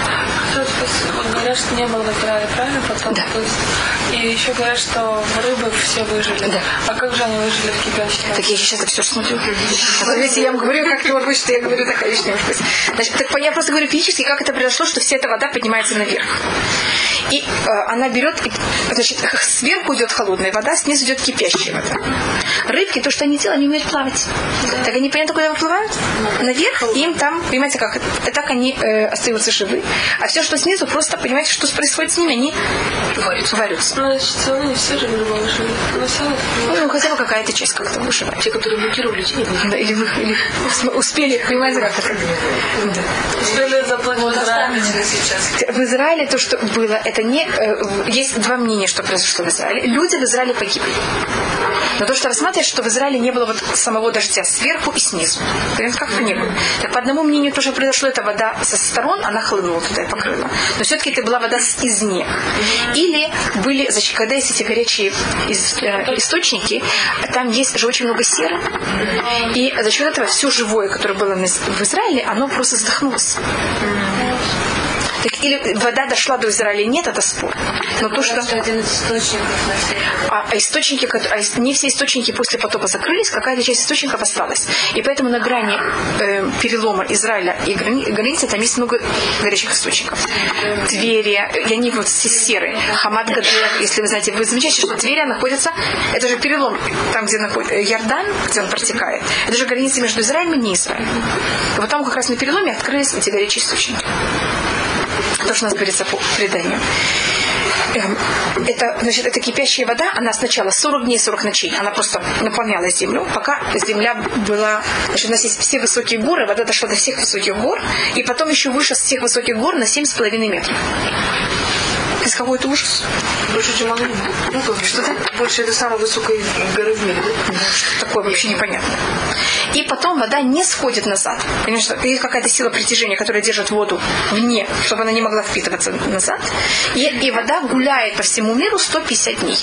Говорят, что не было в Израиле, правильно? Потом, да. И еще говорят, что рыбы все выжили. Да. А как же они выжили в кипящей? Так я сейчас это все смотрю. Смотрите, я вам говорю, как может быть, что я говорю, такая вещь не может быть. Значит, так я просто говорю физически, как это произошло, что вся эта вода поднимается наверх. И она берет, значит, сверху идет холодная вода, снизу идет кипящая вода. Рыбки, то, что они делают, они умеют плавать. Да. Так они понятно, куда выплывают? Наверх, и им там, понимаете, как это? Так они остаются живы. А все, что снизу, просто, понимаете, что происходит с ними, они варятся. Ну, значит, не все же рыбы выжили. Ну, хотя бы какая-то часть как-то выживает. Те, которые блокировали деньги. Да, или успели, понимаете, как это? Да. Успели заплатить в Израиле сейчас. В Израиле то, что было, это не... Есть два мнения, что произошло в Израиле. Люди в Израиле погибли. Но то, что рассматривает, что в Израиле не было вот самого дождя сверху и снизу. Понимаете, как-то не было. Так по одному мнению тоже произошло, эта вода со сторон, она хлынула туда и покрыла. Но все-таки это была вода извне. Или были, значит, когда есть эти горячие источники, там есть же очень много серы. И за счет этого все живое, которое было в Израиле, оно просто задохнулось. Так, или вода дошла до Израиля, нет, это спор. Но то, что один из источников, не все источники после потопа закрылись, какая-то часть источников осталась. И поэтому на грани перелома Израиля и границы там есть много горячих источников. Твери, и они вот все серые. Хамат Гадер, если вы знаете, вы замечаете, что Тверия находится, это же перелом, там, где находится Иордан, где он протекает. Это же граница между Израилем и не Израилем. И вот там как раз на переломе открылись эти горячие источники. То, что у нас говорится по преданию. Это, значит, эта кипящая вода, она сначала 40 дней, 40 ночей, она просто наполняла землю, пока земля была... Значит, у нас есть все высокие горы, вода дошла до всех высоких гор, и потом еще выше всех высоких гор на 7,5 метров. Это какой-то ужас. Больше, чем Аллах. Что-то? Больше это самой высокой горы в мире. Что такое вообще непонятно. И потом вода не сходит назад. Потому что есть какая-то сила притяжения, которая держит воду вне, чтобы она не могла впитываться назад. И вода гуляет по всему миру 150 дней.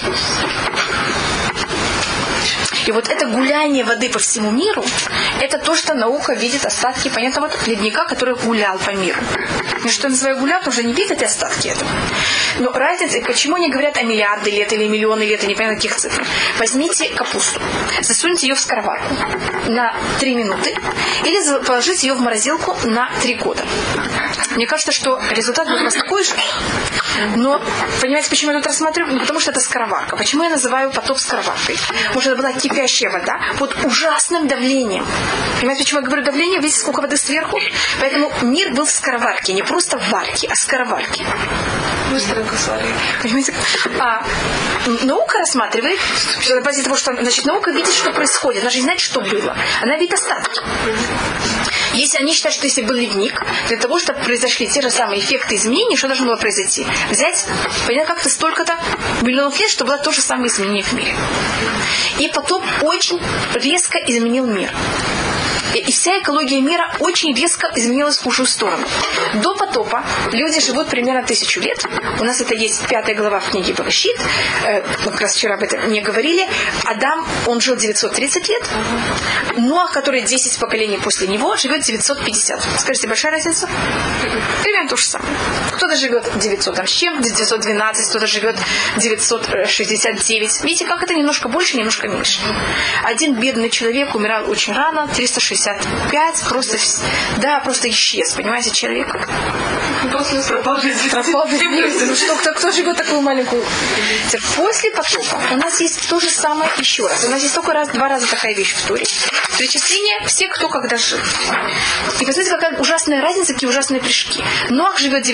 И вот это гуляние воды по всему миру, это то, что наука видит остатки, понятно, вот ледника, который гулял по миру. И что я называю гулял, потому что не видят эти остатки этого. Но разница, почему они говорят о миллиарды лет или миллионы лет, я не понимаю, каких цифр. Возьмите капусту, засуньте ее в скороварку на 3 минуты или положите ее в морозилку на 3 года. Мне кажется, что результат будет у вас такой же. Но, понимаете, почему я тут рассматриваю? Ну, потому что это скороварка. Почему я называю потоп скороваркой? Потому что это была кипящая вода под ужасным давлением. Понимаете, почему я говорю давление? Видите, сколько воды сверху? Поэтому мир был в скороварке. Не просто в варке, а в скороварке. Быстренько сварили. Понимаете? А наука рассматривает, на базе того, что, значит, наука видит, что происходит. Она же не знает, что было. Она видит остатки. Если они считают, что если был ледник, для того, чтобы произошли те же самые эффекты изменений, что должно было произойти? Взять, понятно, как-то столько-то миллионов лет, чтобы было то же самое изменение в мире. И потоп очень резко изменил мир. И вся экология мира очень резко изменилась в худшую сторону. До потопа люди живут примерно 1000 лет. У нас это есть 5 глава в книге Берешит. Мы как раз вчера об этом не говорили. Адам, он жил 930 лет. Ноах, который 10 поколений после него, живет 950. Скажите, большая разница? Примерно то же самое. Кто-то живет 900 там, с чем, 912, кто-то живет 969. Видите, как это немножко больше, немножко меньше. Один бедный человек умирал очень рано, 365, просто исчез, понимаете, человек. Пропал без вести. Кто живет такую маленькую? После потопа у нас есть то же самое еще раз. У нас есть только два раза такая вещь в Торе. Перечисление всех, кто когда жил. И посмотрите, какая ужасная разница, какие ужасные прыжки. Ноах живет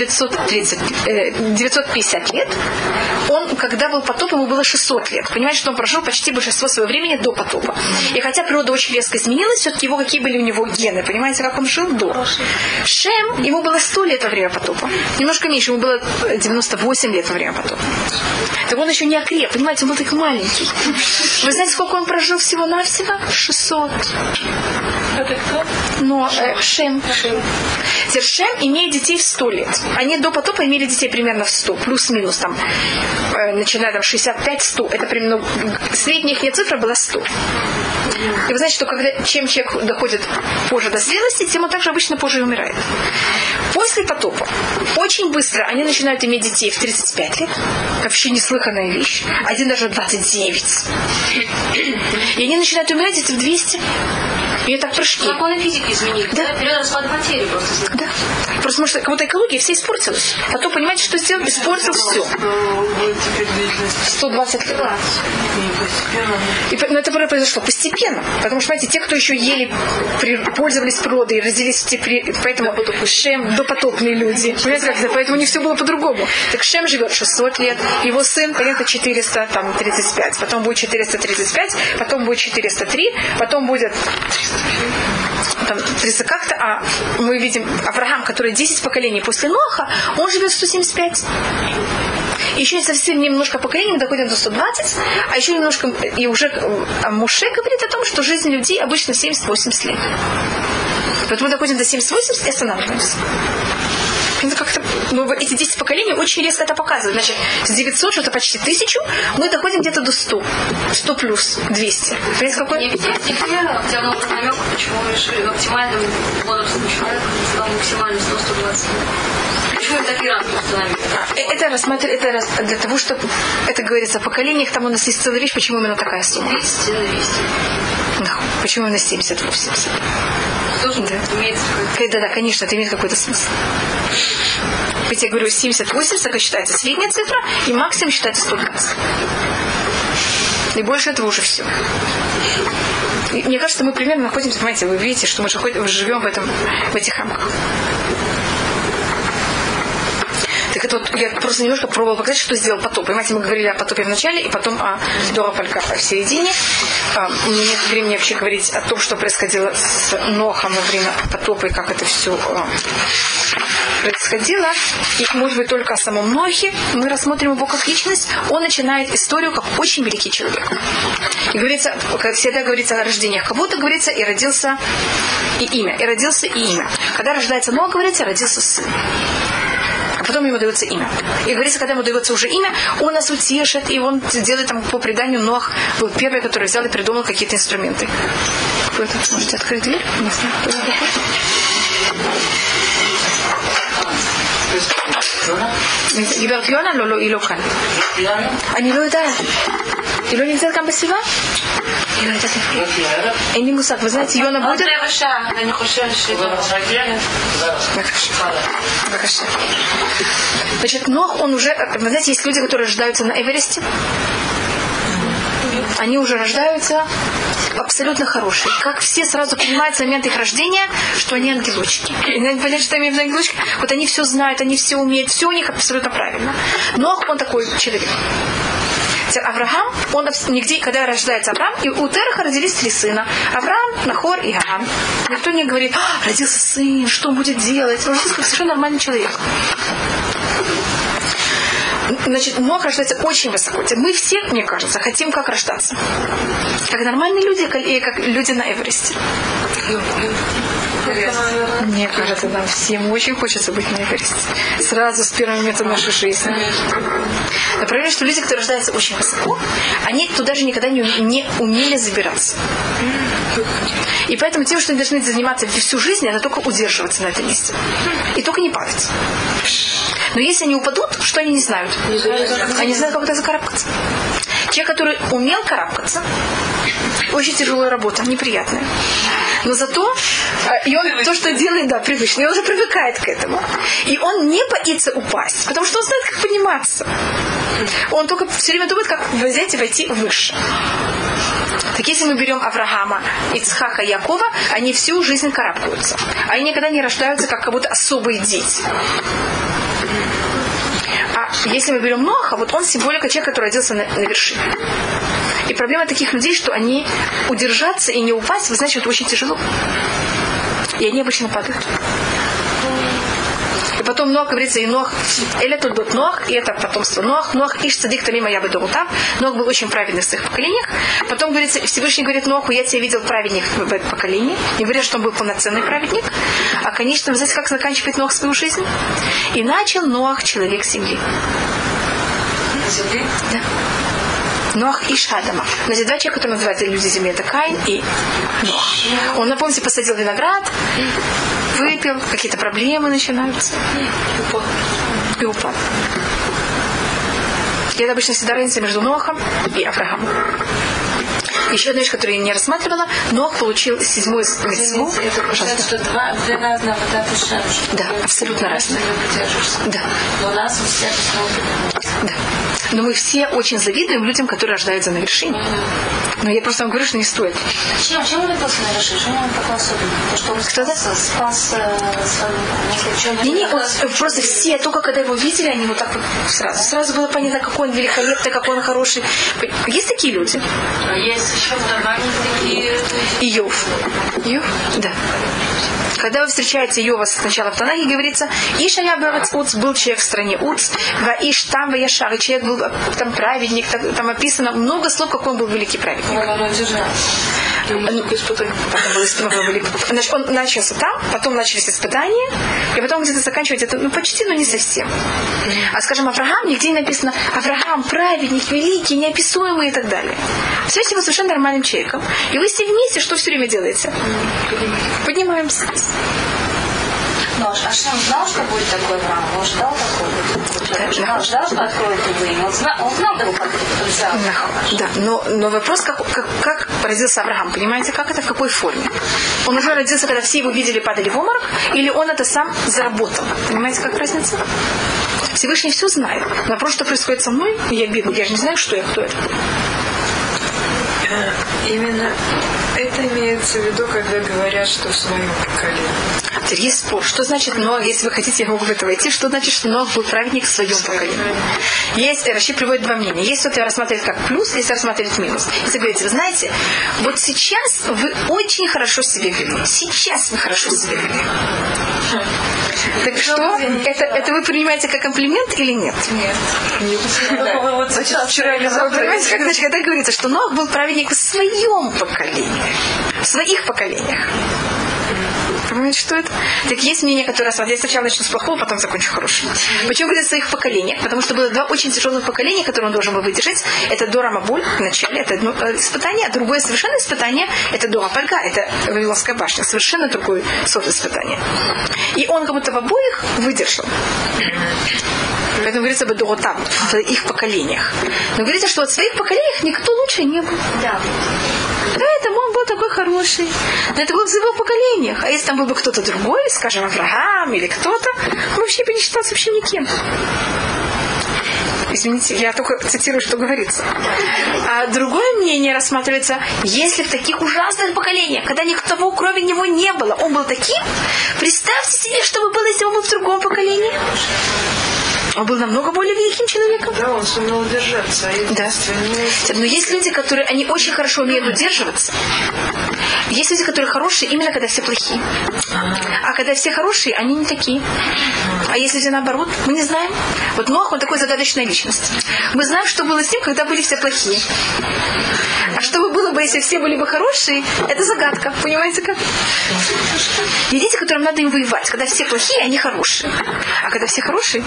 950 лет. Он, когда был потоп, ему было 600 лет. Понимаете, что он прожил почти большинство своего времени до потопа. И хотя природа очень резко изменилась, все-таки какие были у него гены. Понимаете, как он жил до. Шем, ему было 100 лет во время потопа. Немножко меньше, ему было 98 лет во время потопа. Так он еще не окреп, понимаете, он был так маленький. Вы знаете, сколько он прожил всего-навсего? 600. Но Шем. Шем имеет детей в 100 лет. Они до потопа имели детей примерно в 100, плюс-минус, там, начиная там 65-100. Это примерно, средняя их цифра была 100. И вы знаете, что чем человек доходит позже до зрелости, тем он также обычно позже и умирает. После потопа очень быстро они начинают иметь детей в 35 лет. Вообще неслыханная вещь. Один даже 29. И они начинают умирать где-то в 200. И это прыжки. Законы физики изменились. Да. Период распада материи просто. Да. Просто потому что как будто экология вся испортилась. Потом, понимаете, что сделал? Испортил все. 120 лет. Но это произошло постепенно. Потому что, понимаете, те, кто еще ели, пользовались природой, родились поэтому Шем допотопные люди. Понимаете, как это? Поэтому у них все было по-другому. Так Шем живет 600 лет, его сын, понятно, 435, потом будет 435, потом будет 403, потом будет там 300 как-то, а мы видим Авраам, который 10 поколений после Ноаха, он живет 175. Еще совсем немножко поколений мы доходим до 120, а еще немножко, и уже Моше говорит о том, что жизнь людей обычно 70-80 лет. Вот мы доходим до 70-80 и останавливаемся. Это как-то, эти 10 поколений очень резко это показывают. Значит, с 900, что-то почти 1000, мы доходим где-то до 100. 100 плюс 200. Понимаете, какой? Не везде, хотя много намеков, почему мы решили оптимальным возрастом человека, стал максимально 100-120. Почему им такие разные установили? Это для того, чтобы это говорится о поколениях, там у нас есть целая вещь, почему именно такая сумма. 200 на 200. Да, почему именно 70-80. Тоже имеет какой-то... Да, конечно, это имеет какой-то смысл. Ведь я говорю, 70-80, это считается средняя цифра, и максимум считается 120. И больше этого уже все. И мне кажется, мы примерно находимся, понимаете, вы видите, что мы живем в этих рамках. Так это вот, я просто немножко пробовала показать, что сделал потоп. Понимаете, мы говорили о потопе в начале, и потом о Дора Палька в середине. У меня нет времени вообще говорить о том, что происходило с Нохом во время потопа, и как это все происходило. И, может быть, только о самом Нохе. Мы рассмотрим его как личность. Он начинает историю как очень великий человек. И говорится, как всегда говорится о рождениях кого-то, говорится, и родился и имя. И родился и имя. Когда рождается Нох, говорится, родился сын. А потом ему дается имя. И говорится, когда ему дается уже имя, он нас утешит, и он делает там по преданию, Нох был первый, который взял и придумал какие-то инструменты. Кто это? Можете открыть дверь? Не знаю, кто это такой. גברת יונה? לא, היא לא כאן. אני לא יודעת. היא לא נמצאת כאן בסביבה? היא לא יודעת איפה. אין לי מושג. וזאת יונה בודה? עוד רבע שעה, אני חושבת ש... Бакаша. Значит, Нох, он уже... Вы знаете, есть люди, которые рождаются на Эвересте. Они уже рождаются абсолютно хорошие. Как все сразу понимают с момента их рождения, что они ангелочки. И надо понять, что они ангелочки. Вот они все знают, они все умеют, все у них абсолютно правильно. Нох, он такой человек. Авраам, он нигде, когда рождается Авраам, и у Тераха родились 3 сына. Авраам, Нахор и Гарам. Никто не говорит, родился сын, что он будет делать. Он родился как совершенно нормальный человек. Значит, Нох рождается очень высоко. Мы все, мне кажется, хотим как рождаться. Как нормальные люди, и как люди на Эвересте. Мне кажется, нам всем очень хочется быть на Эвересте. Сразу с первого момента нашей жизни. Но проблема, что люди, которые рождаются очень высоко, они туда же никогда не умели забираться. И поэтому тем, что они должны заниматься всю жизнь, это только удерживаться на этом месте. И только не падать. Но если они упадут, что они не знают? Они знают, как это закарабкаться. Человек, который умел карабкаться, очень тяжелая работа, неприятная. Но зато и он то, что делает, да, привычно. И он уже привыкает к этому. И он не боится упасть, потому что он знает, как подниматься. Он только все время думает, как взять и войти выше. Так если мы берем Авраама, Ицхака, Якова, они всю жизнь карабкаются. Они никогда не рождаются как будто особые дети. А если мы берем Ноха, вот он символика человека, который родился на вершине. И проблема таких людей, что они удержаться и не упасть, вы знаете, это очень тяжело. И они обычно падают. И потом Нох говорится, и Нох, или тут будет Нох, и это потомство Нох. Нох иш цадик тамима я бы думал там. Нох был очень праведный в своих поколениях. Потом говорится, Всевышний говорит Ноху, я тебя видел праведник в этом поколении. Не говорят, что он был полноценный праведник. А, конечно, вы знаете, как заканчивает Нох свою жизнь? И начал Нох человек земли. Да. Нох и Шадама. Значит, 2 человека, которые называются люди земли, это Каин и Нох. Он, напомните, посадил виноград, выпил, какие-то проблемы начинаются. И упал. И это обычно всегда разница между Нохом и Авраамом. Еще одна вещь, которую я не рассматривала. Нох получил 7-ю мицву. Это что 2 разных вода. Да, абсолютно разные. Да. Но у нас у всех да. Но мы все очень завидуем людям, которые рождаются на вершине. Но я просто вам говорю, что не стоит. Чем он родился на вершине? Чем он такой особенный? То, что он спас свою... Не, он просто все, только когда его видели, они вот так вот сразу было понятно, какой он великолепный, какой он хороший. Есть такие люди? Есть еще нормальные такие... Иов. Иов? Да. Когда вы встречаете Иова сначала в Танахе, говорится, Ишая Бевец Уц, был человек в стране Уц, Ваиш там Ваяшар, и человек был там праведник, там описано много слов, какой он был великий праведник. Значит, он начался там, потом начались испытания, и потом где-то заканчивать это, почти, но не совсем. А, скажем, Авраам, нигде не написано Авраам, праведник, великий, неописуемый и так далее. Все его совершенно нормальным человеком. И вы все вместе, что все время делаете? Поднимаемся. Но Ашем знал, что будет такой Авраам? Он ждал такой? Он ждал, что откроет его имя? Он знал его потенциал? Да, но вопрос, как родился Авраам? Понимаете, как это, в какой форме? Он уже родился, когда все его видели, падали в обморок? Или он это сам заработал? Понимаете, как разница? Всевышний все знает. Вопрос, что происходит со мной, я бегу, я же не знаю, что я, кто это. Именно это имеется в виду, когда говорят, что в своем поколении. Теперь есть спор. Что значит Ноах, если вы хотите, я могу в это войти, что значит, что Ноах был праведник в своем поколении? Есть, Раши приводит два мнения. Есть кто-то рассматривает как плюс, есть рассматривает минус. Если говорите, вы знаете, вот сейчас вы очень хорошо себя вели. Сейчас вы хорошо себя вели. Так что? Это вы принимаете как комплимент или нет? Нет. Вот сейчас. Вчера я Понимаете, как, значит, когда говорится, что Ноах был праведник в своем поколении, в своих поколениях. Понимаете, что это? Так есть мнение, которое рассматривает. Я сначала начну с плохого, потом закончу хорошим. Почему говорит в своих поколениях? Потому что было два очень тяжелых поколения, которые он должен был выдержать. Это Дора Мабуль в начале, это одно испытание, а другое совершенно испытание, это Дора Пальга, это Вавилонская башня. Совершенно другой сорт испытания. И он как будто в обоих выдержал. Поэтому говорится об Доротам, в их поколениях. Но говорится, что от своих поколениях никто лучше не был. Да. Поэтому он был такой хороший. Но это было в его поколениях. А если там был бы кто-то другой, скажем, Авраам или кто-то, он вообще бы не считался вообще никем. Извините, я только цитирую, что говорится. А другое мнение рассматривается, если в таких ужасных поколениях, когда никого кроме него не было, он был таким, представьте себе, что бы было, если он был в другом поколении. Он был намного более великим человеком. Да, он сумел удержаться. Да. Но есть люди, которые, они очень хорошо умеют удерживаться. Есть люди, которые хорошие, именно когда все плохие. А когда все хорошие, они не такие. А есть люди наоборот, мы не знаем. Вот Ноах, он такой загадочная личность. Мы знаем, что было с ним, когда были все плохие. А что бы было бы, если все были бы хорошие, это загадка. Понимаете как? Есть дети, которым надо им воевать. Когда все плохие, они хорошие. А когда все хорошие,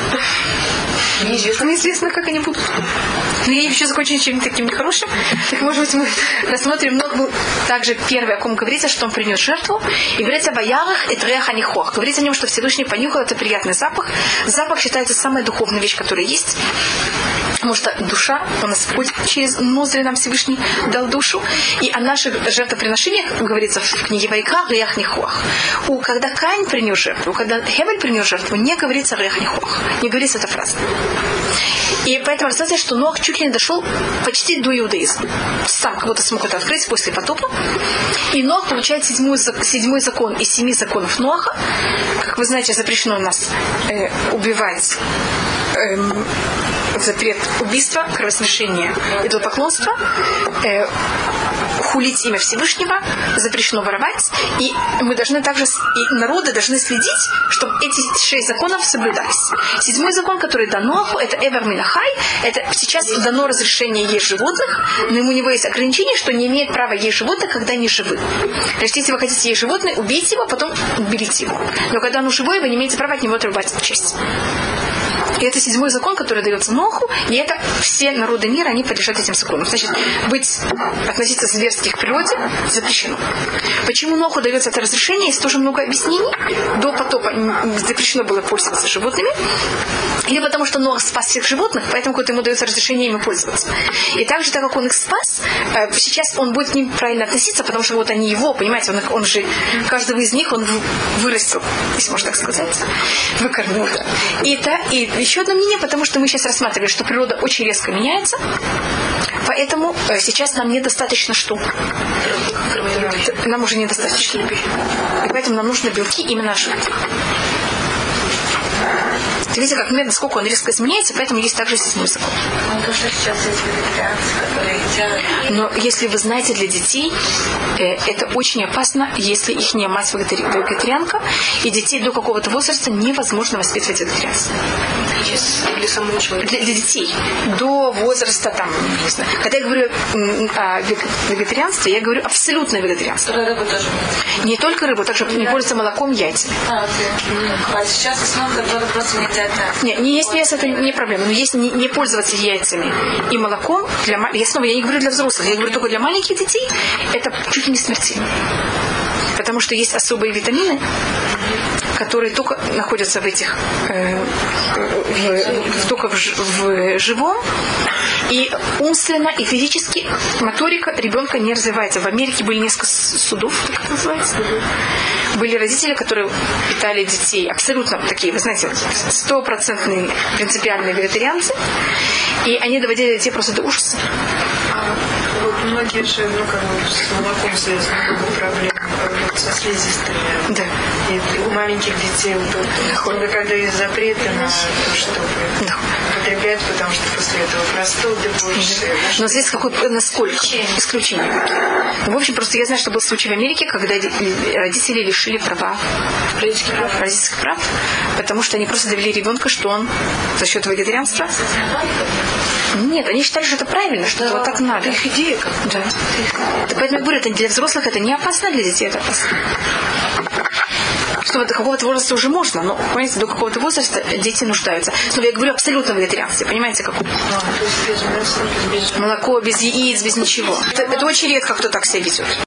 неизвестно, как они будут. Но я еще закончу чем-то таким нехорошим. Так, может быть, мы рассмотрим. Нох был также первый, о ком говорится, что он принес жертву. И говорится о Ваярах и Треха Нихох. Говорится о нем, что Всевышний понюхал, это приятный запах. Запах считается самая духовная вещь, которая есть. Потому что душа, у нас через ноздри нам Всевышний дал душу. И о наших жертвоприношениях говорится в книге Вайкра Реах Нихох. Когда Каин принес жертву, когда Хевель принес жертву, не говорится Реах Нихох. Не говорится эта фраза. И поэтому рассказывается, что Ноах чуть ли не дошел почти до иудаизма. Сам как будто смог это открыть после потопа. И Ноах получает седьмой закон из 7 законов Ноаха. Как вы знаете, запрещено у нас убивать, запрет убийства, кровосмешения, идолопоклонства, хулить имя Всевышнего, запрещено воровать. И мы должны также, и народы должны следить, чтобы эти 6 законов соблюдались. 7 закон, который дан Ноаху, это Эвер Минахай. Это сейчас дано разрешение есть животных, но у него есть ограничение, что не имеет права есть животных, когда они живы. То есть, если вы хотите есть животное, убейте его, потом уберите его. Но когда оно живое, вы не имеете права от него отрубать часть. И это 7 закон, который дается Ноху, и это все народы мира, они подлежат этим законам. Значит, относиться зверски к природе запрещено. Почему Ноху дается это разрешение? Есть тоже много объяснений. До потопа запрещено было пользоваться животными. Или потому что Нох спас всех животных, поэтому ему дается разрешение ими пользоваться. И также, так как он их спас, сейчас он будет к ним правильно относиться, потому что вот они его, понимаете, он же, каждого из них он вырастил, если можно так сказать, выкормил. Да. И еще одно мнение, потому что мы сейчас рассматриваем, что природа очень резко меняется, поэтому сейчас нам недостаточно что? Нам уже недостаточно. И поэтому нам нужны белки именно животных. Видите, как мир, насколько он резко изменяется, поэтому есть также 7 закон. Но если вы знаете, для детей это очень опасно, если их не мать вегетарианка, и детей до какого-то возраста невозможно воспитывать вегетарианство. Для детей. До возраста, там, не знаю. Когда я говорю о вегетарианстве, я говорю абсолютное вегетарианство. Рыбу тоже. Не только рыбу, также не пользуются молоком, яйцами. А сейчас основа, которая просто не едят. Не есть мясо, это не проблема. Но есть не пользоваться яйцами и молоком. Я не говорю для взрослых, я говорю только для маленьких детей. Это чуть ли не смертельно. Потому что есть особые витамины, которые только находятся в этих только в живом. И умственно, и физически моторика ребенка не развивается. В Америке были несколько судов, как это называется. Были родители, которые питали детей абсолютно такие, вы знаете, 100% принципиальные вегетарианцы. И они доводили детей просто до ужаса. вот многие же, с молоком связаны много проблем, вот со слизистыми. Да. И у маленьких детей когда есть запреты на то, чтобы употреблять, потому что после этого простуды больше. Но здесь насколько? Исключение. В общем, просто я знаю, что был случай в Америке, когда родители лишили права родительских прав, потому что они просто довели ребенка, что он за счет вегетарианства. Нет, они считали, что это правильно, что вот так надо. Это их идея как. Да. Поэтому я говорю, это для взрослых это не опасно, для детей это опасно. Что до какого-то возраста уже можно, но, понимаете, до какого-то возраста дети нуждаются. Но я говорю абсолютно вегетарианстве, понимаете, как? То есть без мяса, без молоко, без яиц, без ничего. Это очень редко кто так себя ведет.